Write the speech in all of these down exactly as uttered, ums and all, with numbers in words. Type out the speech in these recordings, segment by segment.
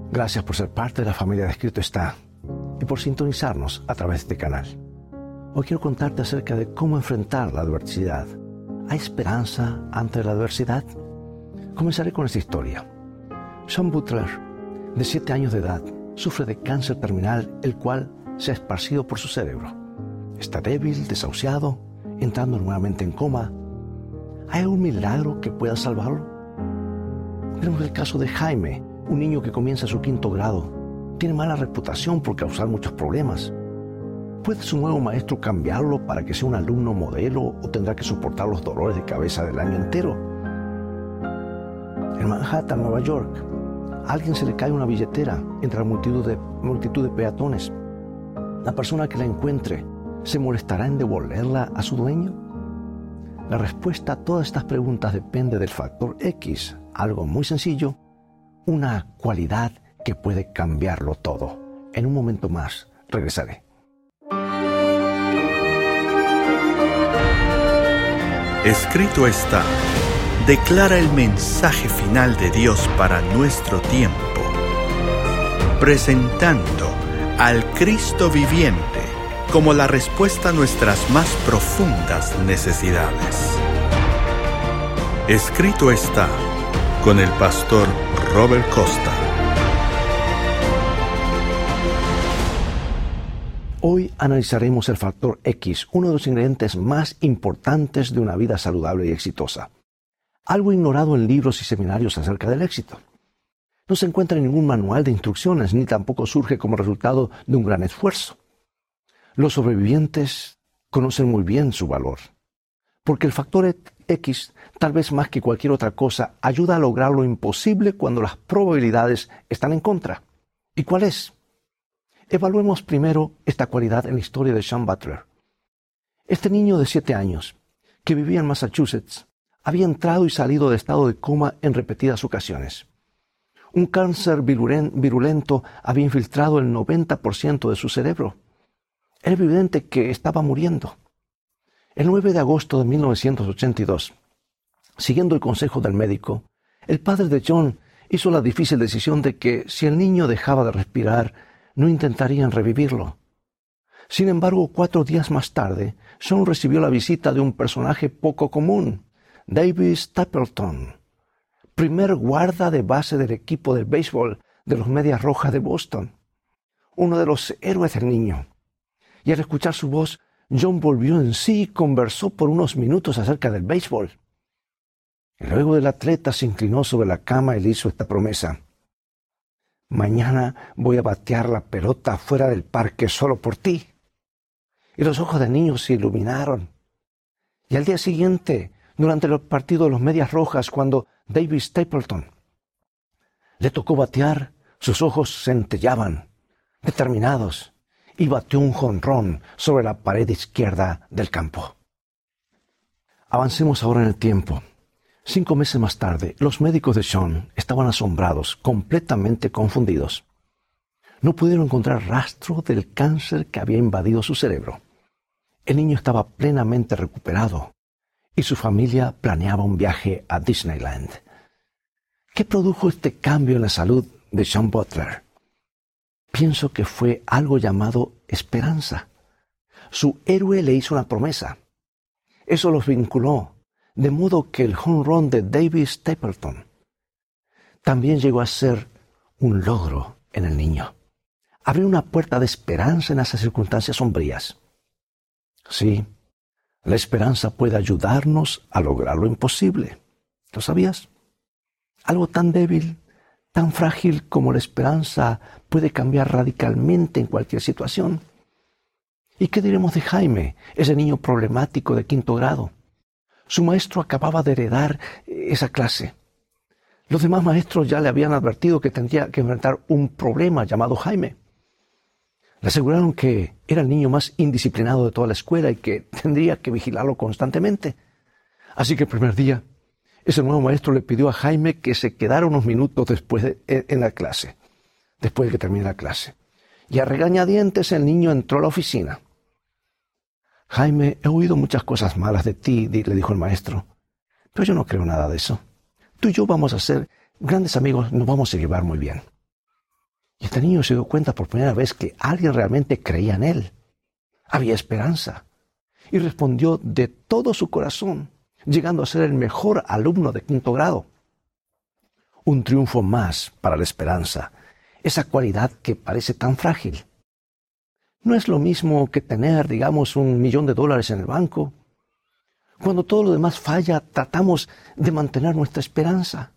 Gracias por ser parte de la familia de Escrito Está y por sintonizarnos a través de este canal. Hoy quiero contarte acerca de cómo enfrentar la adversidad. ¿Hay esperanza ante la adversidad? Comenzaré con esta historia. Sean Butler, de siete años de edad, sufre de cáncer terminal, el cual se ha esparcido por su cerebro. Está débil, desahuciado, entrando nuevamente en coma. ¿Hay algún milagro que pueda salvarlo? Tenemos el caso de Jaime, un niño que comienza su quinto grado. Tiene mala reputación por causar muchos problemas. ¿Puede su nuevo maestro cambiarlo para que sea un alumno modelo o tendrá que soportar los dolores de cabeza del año entero? En Manhattan, Nueva York, a alguien se le cae una billetera entre la multitud de, multitud de peatones. La persona que la encuentre, ¿se molestará en devolverla a su dueño? La respuesta a todas estas preguntas depende del factor X, algo muy sencillo, una cualidad que puede cambiarlo todo. En un momento más, regresaré. Escrito está, declara el mensaje final de Dios para nuestro tiempo, presentando al Cristo viviente como la respuesta a nuestras más profundas necesidades. Escrito está, con el pastor Robert Costa. Hoy analizaremos el factor X, uno de los ingredientes más importantes de una vida saludable y exitosa. Algo ignorado en libros y seminarios acerca del éxito. No se encuentra en ningún manual de instrucciones, ni tampoco surge como resultado de un gran esfuerzo. Los sobrevivientes conocen muy bien su valor, porque el factor X, tal vez más que cualquier otra cosa, ayuda a lograr lo imposible cuando las probabilidades están en contra. ¿Y cuál es? Evaluemos primero esta cualidad en la historia de Sean Butler. Este niño de siete años, que vivía en Massachusetts, había entrado y salido de estado de coma en repetidas ocasiones. Un cáncer virulento había infiltrado el noventa por ciento de su cerebro. Era evidente que estaba muriendo. El nueve de agosto de mil novecientos ochenta y dos, siguiendo el consejo del médico, el padre de John hizo la difícil decisión de que si el niño dejaba de respirar, no intentarían revivirlo. Sin embargo, cuatro días más tarde, Sean recibió la visita de un personaje poco común, David Stapleton, primer guarda de base del equipo de béisbol de los Medias Rojas de Boston, uno de los héroes del niño. Y al escuchar su voz, John volvió en sí y conversó por unos minutos acerca del béisbol. Luego el atleta se inclinó sobre la cama y le hizo esta promesa. Mañana voy a batear la pelota fuera del parque solo por ti. Y los ojos del niño se iluminaron. Y al día siguiente, durante el partido de los Medias Rojas, cuando David Stapleton le tocó batear, sus ojos centellaban, determinados, y batió un jonrón sobre la pared izquierda del campo. Avancemos ahora en el tiempo. Cinco meses más tarde, los médicos de Sean estaban asombrados, completamente confundidos. No pudieron encontrar rastro del cáncer que había invadido su cerebro. El niño estaba plenamente recuperado y su familia planeaba un viaje a Disneyland. ¿Qué produjo este cambio en la salud de Sean Butler? Pienso que fue algo llamado esperanza. Su héroe le hizo una promesa. Eso los vinculó, de modo que el home run de David Stapleton también llegó a ser un logro en el niño. Abrió una puerta de esperanza en esas circunstancias sombrías. Sí, la esperanza puede ayudarnos a lograr lo imposible. ¿Lo sabías? Algo tan débil, tan frágil como la esperanza puede cambiar radicalmente en cualquier situación. ¿Y qué diremos de Jaime, ese niño problemático de quinto grado? Su maestro acababa de heredar esa clase. Los demás maestros ya le habían advertido que tendría que enfrentar un problema llamado Jaime. Le aseguraron que era el niño más indisciplinado de toda la escuela y que tendría que vigilarlo constantemente. Así que el primer día, ese nuevo maestro le pidió a Jaime que se quedara unos minutos después de, en la clase, después de que termine la clase. Y a regañadientes el niño entró a la oficina. Jaime, he oído muchas cosas malas de ti, le dijo el maestro, pero yo no creo nada de eso. Tú y yo vamos a ser grandes amigos, nos vamos a llevar muy bien. Y este niño se dio cuenta por primera vez que alguien realmente creía en él. Había esperanza. Y respondió de todo su corazón, llegando a ser el mejor alumno de quinto grado. Un triunfo más para la esperanza, esa cualidad que parece tan frágil. No es lo mismo que tener, digamos, un millón de dólares en el banco. Cuando todo lo demás falla, tratamos de mantener nuestra esperanza.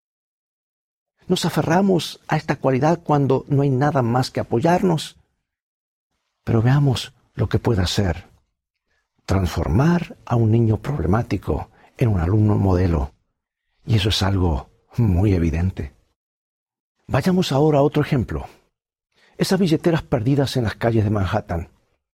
Nos aferramos a esta cualidad cuando no hay nada más que apoyarnos. Pero veamos lo que puede hacer. Transformar a un niño problemático en un alumno modelo. Y eso es algo muy evidente. Vayamos ahora a otro ejemplo. Esas billeteras perdidas en las calles de Manhattan.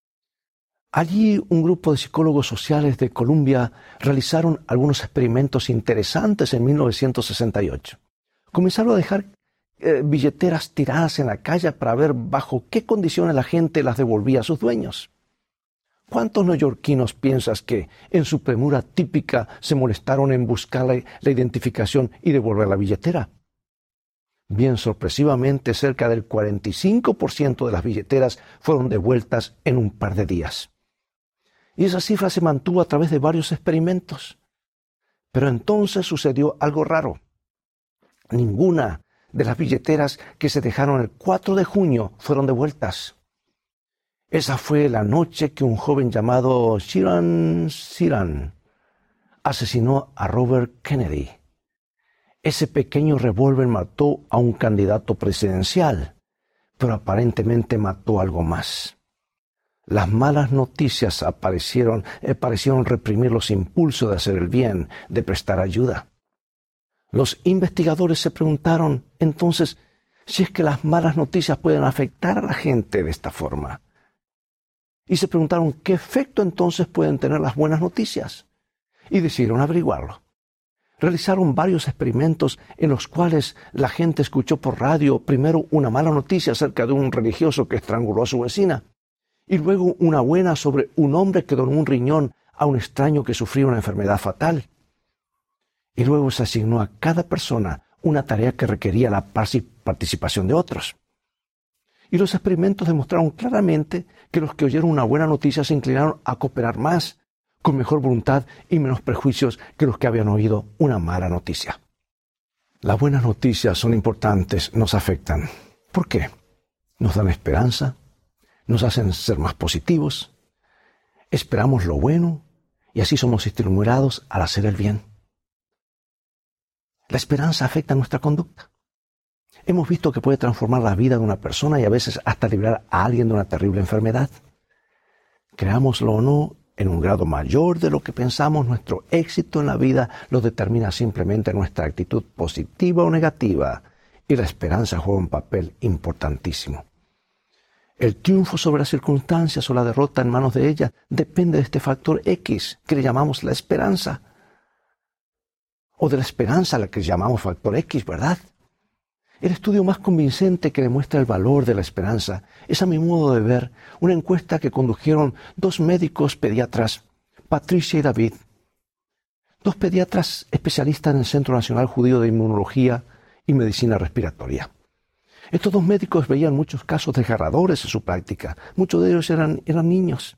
Allí un grupo de psicólogos sociales de Columbia realizaron algunos experimentos interesantes en mil novecientos sesenta y ocho. Comenzaron a dejar eh, billeteras tiradas en la calle para ver bajo qué condiciones la gente las devolvía a sus dueños. ¿Cuántos neoyorquinos piensas que, en su premura típica, se molestaron en buscar la, la identificación y devolver la billetera? Bien sorpresivamente, cerca del cuarenta y cinco por ciento de las billeteras fueron devueltas en un par de días. Y esa cifra se mantuvo a través de varios experimentos. Pero entonces sucedió algo raro. Ninguna de las billeteras que se dejaron el cuatro de junio fueron devueltas. Esa fue la noche que un joven llamado Sheeran Sheeran asesinó a Robert Kennedy. Ese pequeño revólver mató a un candidato presidencial, pero aparentemente mató algo más. Las malas noticias aparecieron, eh, parecieron reprimir los impulsos de hacer el bien, de prestar ayuda. Los investigadores se preguntaron entonces si es que las malas noticias pueden afectar a la gente de esta forma. Y se preguntaron qué efecto entonces pueden tener las buenas noticias. Y decidieron averiguarlo. Realizaron varios experimentos en los cuales la gente escuchó por radio primero una mala noticia acerca de un religioso que estranguló a su vecina, y luego una buena sobre un hombre que donó un riñón a un extraño que sufría una enfermedad fatal. Y luego se asignó a cada persona una tarea que requería la participación de otros. Y los experimentos demostraron claramente que los que oyeron una buena noticia se inclinaron a cooperar más, con mejor voluntad y menos prejuicios que los que habían oído una mala noticia. Las buenas noticias son importantes, nos afectan. ¿Por qué? Nos dan esperanza, nos hacen ser más positivos, esperamos lo bueno y así somos estimulados al hacer el bien. La esperanza afecta nuestra conducta. Hemos visto que puede transformar la vida de una persona y a veces hasta librar a alguien de una terrible enfermedad. Creámoslo o no, en un grado mayor de lo que pensamos, nuestro éxito en la vida lo determina simplemente nuestra actitud positiva o negativa, y la esperanza juega un papel importantísimo. El triunfo sobre las circunstancias o la derrota en manos de ellas depende de este factor X, que le llamamos la esperanza. O de la esperanza a la que llamamos factor X, ¿verdad? El estudio más convincente que demuestra el valor de la esperanza es, a mi modo de ver, una encuesta que condujeron dos médicos pediatras, Patricia y David, dos pediatras especialistas en el Centro Nacional Judío de Inmunología y Medicina Respiratoria. Estos dos médicos veían muchos casos desgarradores en su práctica. Muchos de ellos eran, eran niños,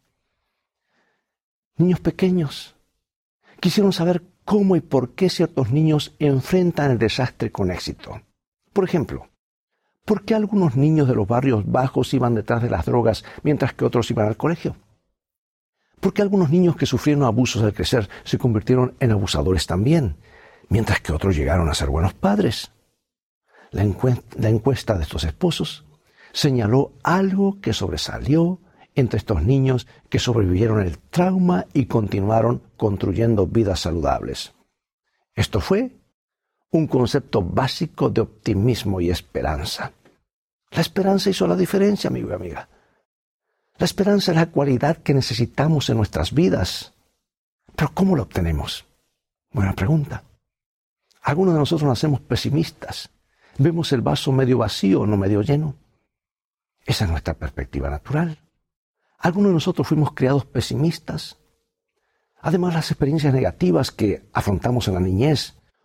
niños pequeños. Quisieron saber cómo y por qué ciertos niños enfrentan el desastre con éxito. Por ejemplo, ¿por qué algunos niños de los barrios bajos iban detrás de las drogas mientras que otros iban al colegio? ¿Por qué algunos niños que sufrieron abusos al crecer se convirtieron en abusadores también, mientras que otros llegaron a ser buenos padres? La, encuest- la encuesta de estos esposos señaló algo que sobresalió entre estos niños que sobrevivieron el trauma y continuaron construyendo vidas saludables. Esto fue un concepto básico de optimismo y esperanza. La esperanza hizo la diferencia, amigo y amiga. La esperanza es la cualidad que necesitamos en nuestras vidas. ¿Pero cómo la obtenemos? Buena pregunta. Algunos de nosotros nacemos pesimistas. Vemos el vaso medio vacío, no medio lleno. Esa es nuestra perspectiva natural. Algunos de nosotros fuimos criados pesimistas. Además, las experiencias negativas que afrontamos en la niñez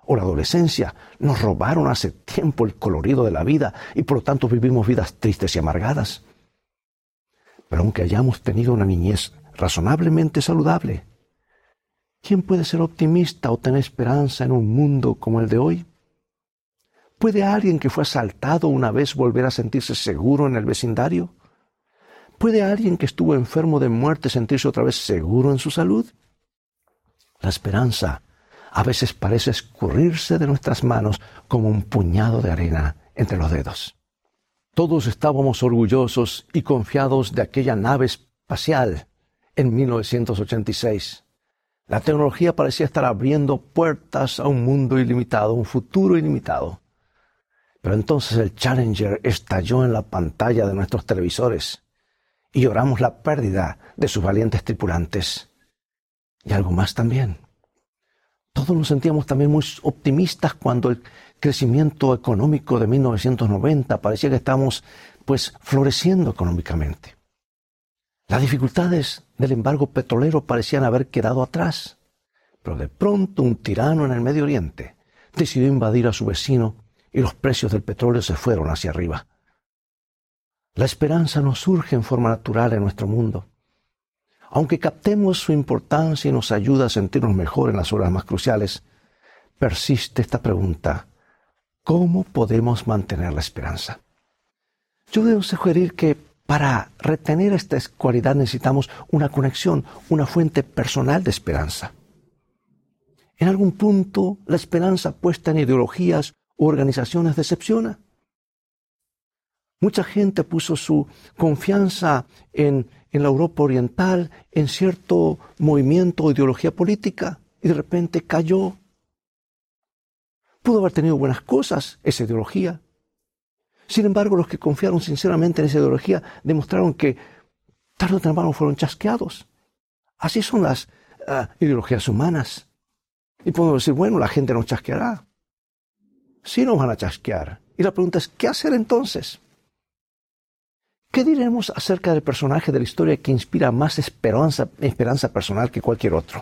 o la adolescencia nos robaron hace tiempo el colorido de la vida y por lo tanto vivimos vidas tristes y amargadas. Pero aunque hayamos tenido una niñez razonablemente saludable, ¿quién puede ser optimista o tener esperanza en un mundo como el de hoy? ¿Puede alguien que fue asaltado una vez volver a sentirse seguro en el vecindario? ¿Puede alguien que estuvo enfermo de muerte sentirse otra vez seguro en su salud? La esperanza a veces parece escurrirse de nuestras manos como un puñado de arena entre los dedos. Todos estábamos orgullosos y confiados de aquella nave espacial en mil novecientos ochenta y seis. La tecnología parecía estar abriendo puertas a un mundo ilimitado, un futuro ilimitado. Pero entonces el Challenger estalló en la pantalla de nuestros televisores y lloramos la pérdida de sus valientes tripulantes. Y algo más también. Todos nos sentíamos también muy optimistas cuando el crecimiento económico de mil novecientos noventa parecía que estábamos, pues, floreciendo económicamente. Las dificultades del embargo petrolero parecían haber quedado atrás, pero de pronto un tirano en el Medio Oriente decidió invadir a su vecino y los precios del petróleo se fueron hacia arriba. La esperanza no surge en forma natural en nuestro mundo. Aunque captemos su importancia y nos ayuda a sentirnos mejor en las horas más cruciales, persiste esta pregunta: ¿cómo podemos mantener la esperanza? Yo debo sugerir que para retener esta cualidad necesitamos una conexión, una fuente personal de esperanza. En algún punto, la esperanza puesta en ideologías u organizaciones decepciona. Mucha gente puso su confianza en, en la Europa Oriental, en cierto movimiento o ideología política, y de repente cayó. Pudo haber tenido buenas cosas esa ideología. Sin embargo, los que confiaron sinceramente en esa ideología demostraron que tarde o temprano fueron chasqueados. Así son las uh, ideologías humanas. Y podemos decir, bueno, la gente nos chasqueará. Sí nos van a chasquear. Y la pregunta es, ¿qué hacer entonces? ¿Qué diremos acerca del personaje de la historia que inspira más esperanza, esperanza personal que cualquier otro?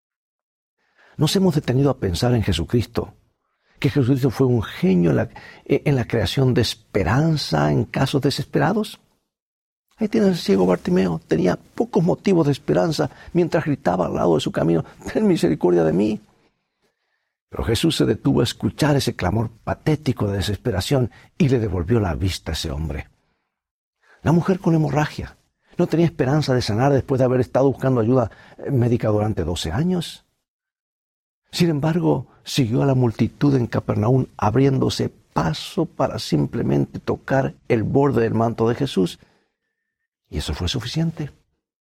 Nos hemos detenido a pensar en Jesucristo, que Jesucristo fue un genio en la, en la creación de esperanza en casos desesperados. Ahí tiene el ciego Bartimeo, tenía pocos motivos de esperanza mientras gritaba al lado de su camino, ten misericordia de mí. Pero Jesús se detuvo a escuchar ese clamor patético de desesperación y le devolvió la vista a ese hombre. La mujer con hemorragia no tenía esperanza de sanar después de haber estado buscando ayuda médica durante doce años. Sin embargo, siguió a la multitud en Capernaum abriéndose paso para simplemente tocar el borde del manto de Jesús. Y eso fue suficiente.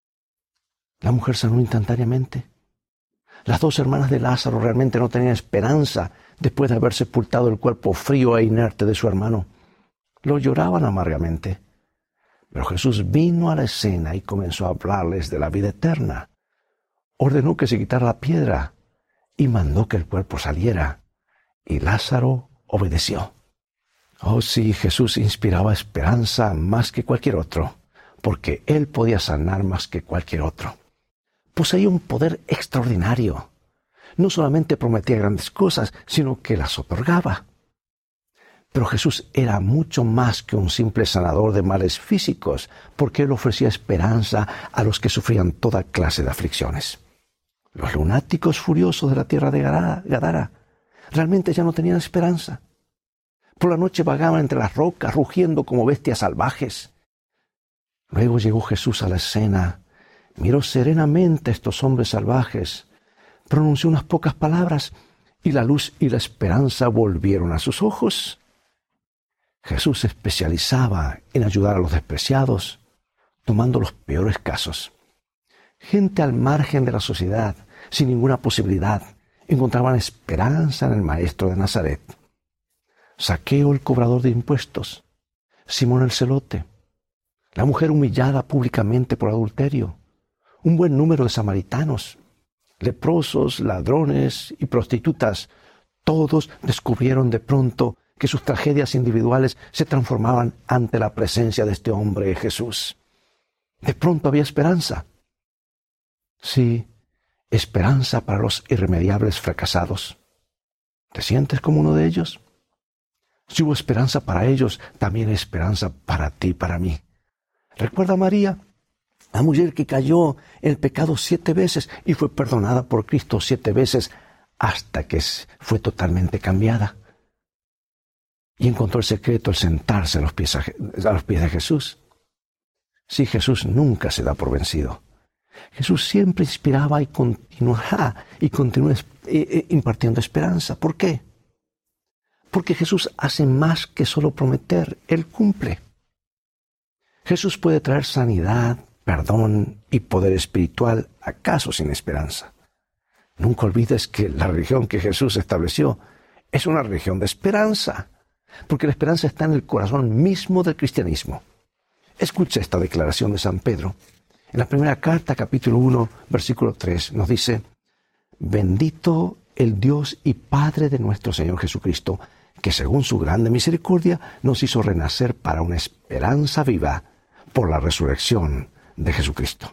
La mujer sanó instantáneamente. Las dos hermanas de Lázaro realmente no tenían esperanza después de haber sepultado el cuerpo frío e inerte de su hermano. Lo lloraban amargamente. Pero Jesús vino a la escena y comenzó a hablarles de la vida eterna. Ordenó que se quitara la piedra y mandó que el cuerpo saliera. Y Lázaro obedeció. Oh sí, Jesús inspiraba esperanza más que cualquier otro, porque Él podía sanar más que cualquier otro. Poseía un poder extraordinario. No solamente prometía grandes cosas, sino que las otorgaba. Pero Jesús era mucho más que un simple sanador de males físicos, porque Él ofrecía esperanza a los que sufrían toda clase de aflicciones. Los lunáticos furiosos de la tierra de Gadara realmente ya no tenían esperanza. Por la noche vagaban entre las rocas, rugiendo como bestias salvajes. Luego llegó Jesús a la escena, miró serenamente a estos hombres salvajes, pronunció unas pocas palabras y la luz y la esperanza volvieron a sus ojos. Jesús se especializaba en ayudar a los despreciados, tomando los peores casos. Gente al margen de la sociedad, sin ninguna posibilidad, encontraban esperanza en el Maestro de Nazaret. Zaqueo, el cobrador de impuestos, Simón el celote, la mujer humillada públicamente por adulterio, un buen número de samaritanos, leprosos, ladrones y prostitutas, todos descubrieron de pronto que sus tragedias individuales se transformaban ante la presencia de este hombre Jesús. De pronto había esperanza. Sí, esperanza para los irremediables fracasados. ¿Te sientes como uno de ellos? Si hubo esperanza para ellos, también hay esperanza para ti y para mí. ¿Recuerda a María? La mujer que cayó en el pecado siete veces y fue perdonada por Cristo siete veces hasta que fue totalmente cambiada. Y encontró el secreto al sentarse a los pies, a, a los pies de Jesús. Sí, Jesús nunca se da por vencido. Jesús siempre inspiraba y continuará y continúa impartiendo esperanza. ¿Por qué? Porque Jesús hace más que solo prometer, Él cumple. Jesús puede traer sanidad, perdón y poder espiritual, acaso sin esperanza. Nunca olvides que la religión que Jesús estableció es una religión de esperanza, porque la esperanza está en el corazón mismo del cristianismo. Escucha esta declaración de San Pedro. En la primera carta, capítulo uno, versículo tres, nos dice: bendito el Dios y Padre de nuestro Señor Jesucristo, que según su grande misericordia nos hizo renacer para una esperanza viva por la resurrección de Jesucristo.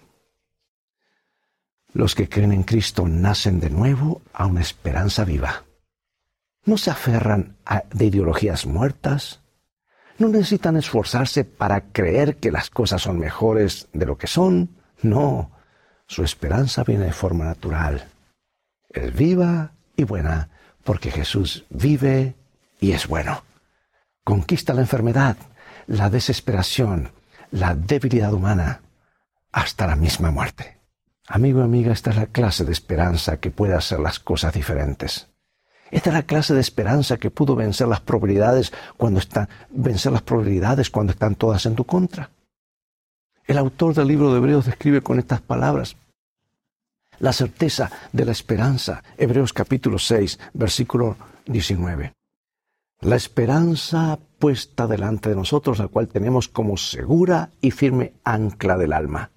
Los que creen en Cristo nacen de nuevo a una esperanza viva. No se aferran a, de ideologías muertas. No necesitan esforzarse para creer que las cosas son mejores de lo que son. No, su esperanza viene de forma natural. Es viva y buena porque Jesús vive y es bueno. Conquista la enfermedad, la desesperación, la debilidad humana, hasta la misma muerte. Amigo y amiga, esta es la clase de esperanza que puede hacer las cosas diferentes. Esta es la clase de esperanza que pudo vencer las probabilidades cuando están, vencer las probabilidades cuando están todas en tu contra. El autor del libro de Hebreos describe con estas palabras la certeza de la esperanza. Hebreos capítulo seis, versículo diecinueve. La esperanza puesta delante de nosotros, la cual tenemos como segura y firme ancla del alma.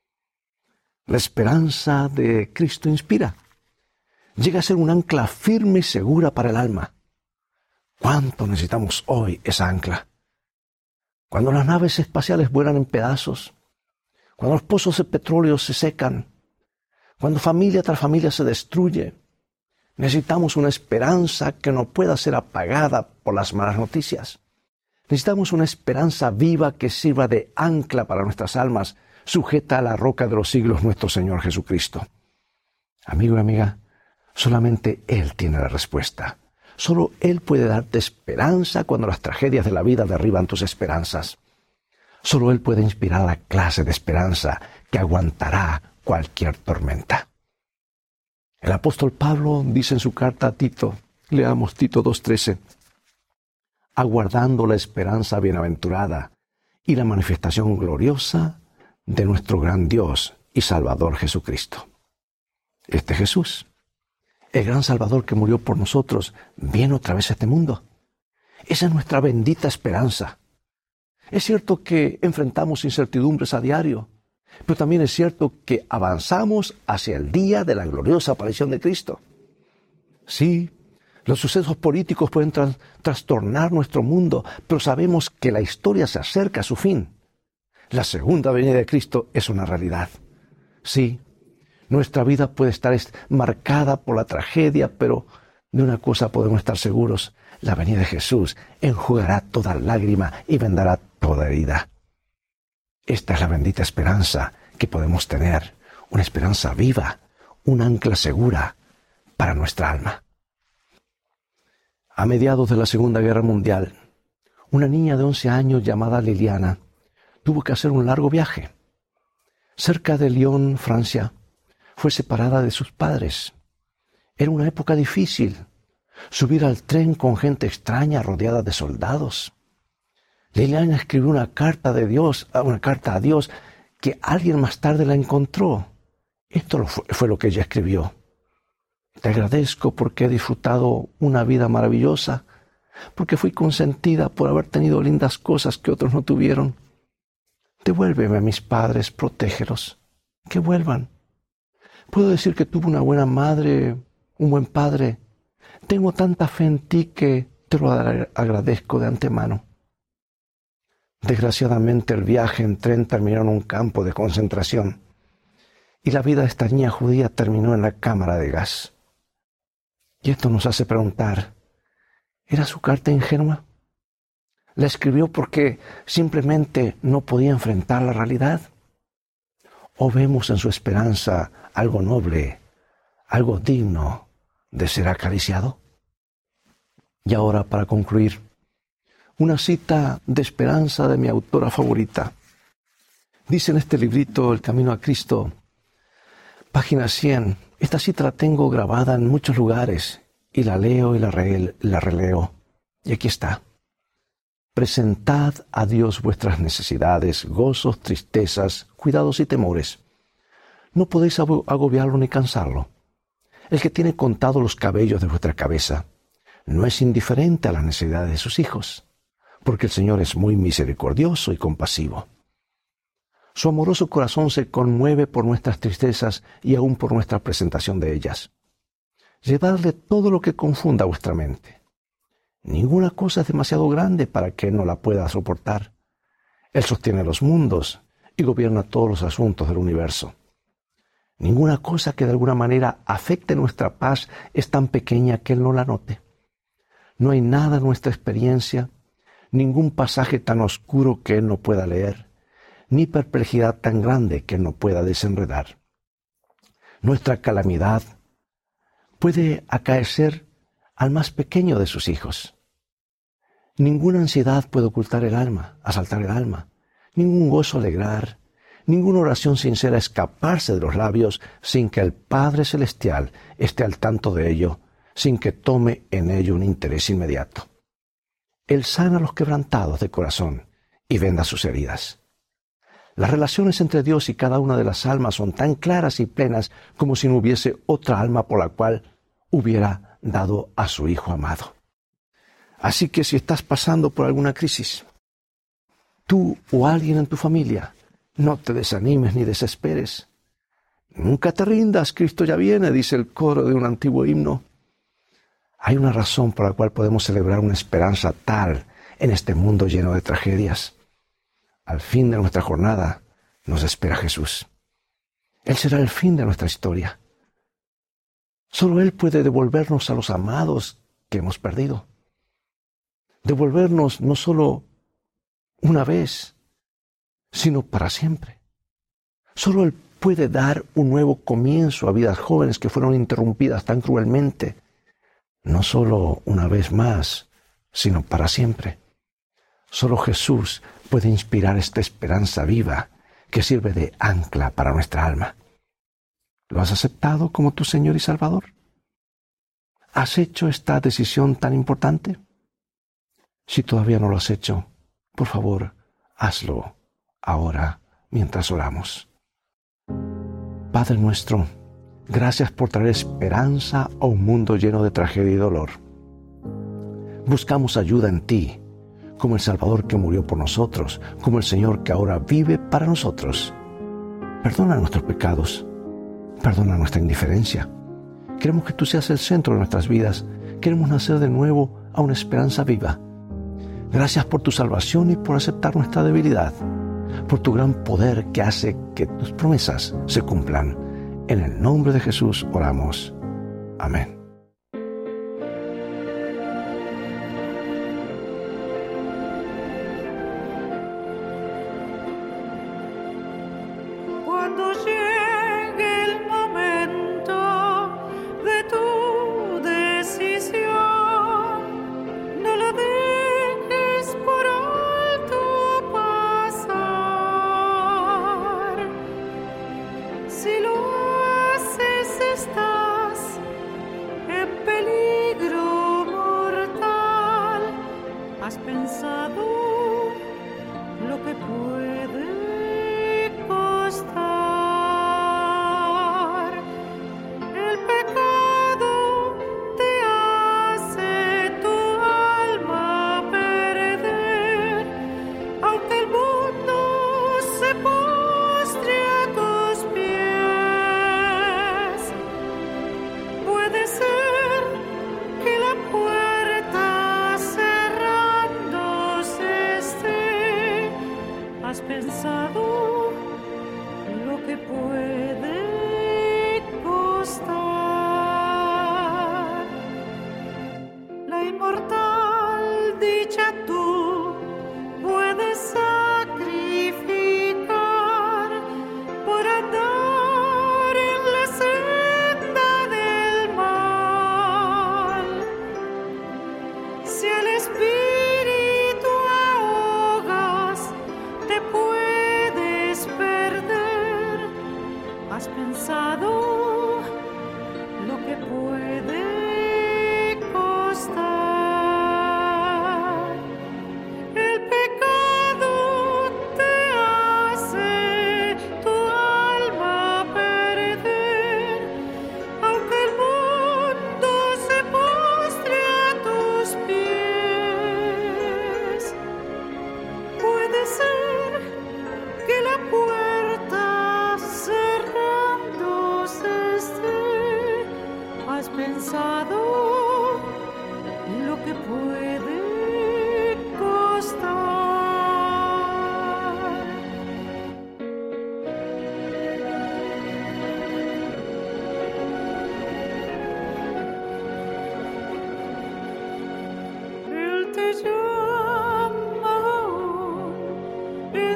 La esperanza de Cristo inspira. Llega a ser un ancla firme y segura para el alma. ¿Cuánto necesitamos hoy esa ancla? Cuando las naves espaciales vuelan en pedazos, cuando los pozos de petróleo se secan, cuando familia tras familia se destruye, necesitamos una esperanza que no pueda ser apagada por las malas noticias. Necesitamos una esperanza viva que sirva de ancla para nuestras almas, sujeta a la roca de los siglos, nuestro Señor Jesucristo. Amigo y amiga, solamente Él tiene la respuesta. Solo Él puede darte esperanza cuando las tragedias de la vida derriban tus esperanzas. Solo Él puede inspirar la clase de esperanza que aguantará cualquier tormenta. El apóstol Pablo dice en su carta a Tito, leamos Tito dos trece, aguardando la esperanza bienaventurada y la manifestación gloriosa de nuestro gran Dios y Salvador Jesucristo. Este Jesús, el gran Salvador que murió por nosotros, viene otra vez a este mundo. Esa es nuestra bendita esperanza. Es cierto que enfrentamos incertidumbres a diario, pero también es cierto que avanzamos hacia el día de la gloriosa aparición de Cristo. Sí, los sucesos políticos pueden tra- trastornar nuestro mundo, pero sabemos que la historia se acerca a su fin. La segunda venida de Cristo es una realidad. Sí, nuestra vida puede estar marcada por la tragedia, pero de una cosa podemos estar seguros: la venida de Jesús enjugará toda lágrima y vendará toda herida. Esta es la bendita esperanza que podemos tener, una esperanza viva, un ancla segura para nuestra alma. A mediados de la Segunda Guerra Mundial, una niña de once años llamada Liliana tuvo que hacer un largo viaje. Cerca de Lyon, Francia, fue separada de sus padres. Era una época difícil. Subir al tren con gente extraña rodeada de soldados. Liliana escribió una carta de Dios, una carta a Dios que alguien más tarde la encontró. Esto fue, fue lo que ella escribió. Te agradezco porque he disfrutado una vida maravillosa, porque fui consentida por haber tenido lindas cosas que otros no tuvieron. Devuélveme a mis padres, protégelos, que vuelvan. Puedo decir que tuve una buena madre, un buen padre. Tengo tanta fe en ti que te lo agradezco de antemano. Desgraciadamente el viaje en tren terminó en un campo de concentración y la vida de esta niña judía terminó en la cámara de gas. Y esto nos hace preguntar, ¿era su carta ingenua? ¿La escribió porque simplemente no podía enfrentar la realidad? ¿O vemos en su esperanza algo noble, algo digno de ser acariciado? Y ahora, para concluir, una cita de esperanza de mi autora favorita. Dice en este librito, El Camino a Cristo, página cien, esta cita la tengo grabada en muchos lugares y la leo y la, re, la releo. Y aquí está. Presentad a Dios vuestras necesidades, gozos, tristezas, cuidados y temores. No podéis agobiarlo ni cansarlo. El que tiene contados los cabellos de vuestra cabeza no es indiferente a las necesidades de sus hijos, porque el Señor es muy misericordioso y compasivo. Su amoroso corazón se conmueve por nuestras tristezas y aún por nuestra presentación de ellas. Llevadle todo lo que confunda vuestra mente. Ninguna cosa es demasiado grande para que Él no la pueda soportar. Él sostiene los mundos y gobierna todos los asuntos del universo. Ninguna cosa que de alguna manera afecte nuestra paz es tan pequeña que Él no la note. No hay nada en nuestra experiencia, ningún pasaje tan oscuro que Él no pueda leer, ni perplejidad tan grande que Él no pueda desenredar. Nuestra calamidad puede acaecer al más pequeño de sus hijos. Ninguna ansiedad puede ocultar el alma, asaltar el alma, ningún gozo alegrar, ninguna oración sincera escaparse de los labios sin que el Padre Celestial esté al tanto de ello, sin que tome en ello un interés inmediato. Él sana a los quebrantados de corazón y venda sus heridas. Las relaciones entre Dios y cada una de las almas son tan claras y plenas como si no hubiese otra alma por la cual hubiera dado a su Hijo amado. Así que si estás pasando por alguna crisis, tú o alguien en tu familia, no te desanimes ni desesperes. Nunca te rindas, Cristo ya viene, dice el coro de un antiguo himno. Hay una razón por la cual podemos celebrar una esperanza tal en este mundo lleno de tragedias. Al fin de nuestra jornada nos espera Jesús. Él será el fin de nuestra historia. Solo Él puede devolvernos a los amados que hemos perdido. Devolvernos no solo una vez, sino para siempre. Solo Él puede dar un nuevo comienzo a vidas jóvenes que fueron interrumpidas tan cruelmente, no solo una vez más, sino para siempre. Solo Jesús puede inspirar esta esperanza viva que sirve de ancla para nuestra alma. ¿Lo has aceptado como tu Señor y Salvador? ¿Has hecho esta decisión tan importante? Si todavía no lo has hecho, por favor, hazlo ahora mientras oramos. Padre nuestro, gracias por traer esperanza a un mundo lleno de tragedia y dolor. Buscamos ayuda en ti, como el Salvador que murió por nosotros, como el Señor que ahora vive para nosotros. Perdona nuestros pecados, perdona nuestra indiferencia. Queremos que tú seas el centro de nuestras vidas. Queremos nacer de nuevo a una esperanza viva. Gracias por tu salvación y por aceptar nuestra debilidad, por tu gran poder que hace que tus promesas se cumplan. En el nombre de Jesús oramos. Amén. Cuando llegue el momento de tu decisión, no lo dejes por alto pasar. Si lo haces, estás en peligro mortal. ¿Has pensado lo que puede costar?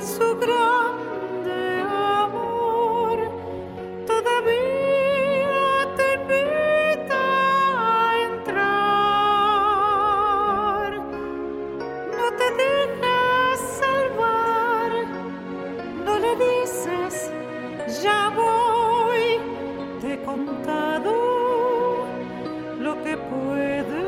su grande amor todavía te invita a entrar. No te dejas salvar, no le dices ya voy, te he contado lo que puede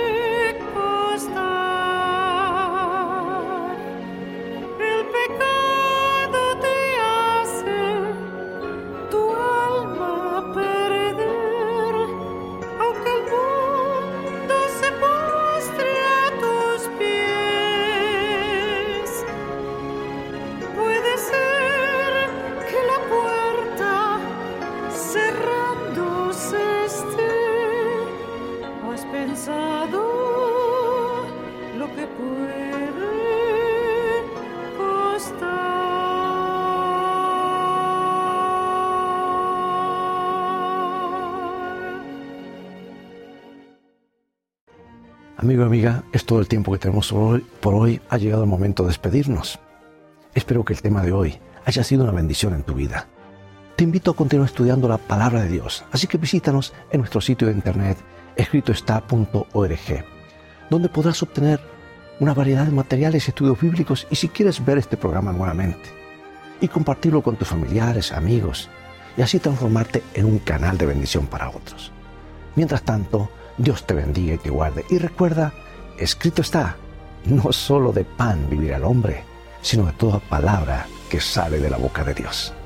costar. El pecado te hace tu alma perder, aunque el mundo se postre a tus pies. Puede ser que la puerta cerrándose esté. ¿Has pensado lo que puede costar? Amigo y amiga, es todo el tiempo que tenemos por hoy. Por hoy ha llegado el momento de despedirnos. Espero que el tema de hoy haya sido una bendición en tu vida. Te invito a continuar estudiando la palabra de Dios, así que visítanos en nuestro sitio de internet escrito está punto org, donde podrás obtener una variedad de materiales y estudios bíblicos, y si quieres ver este programa nuevamente y compartirlo con tus familiares, amigos, y así transformarte en un canal de bendición para otros. Mientras tanto, Dios te bendiga y te guarde, y recuerda, escrito está, no solo de pan vivirá el hombre, sino de toda palabra que sale de la boca de Dios.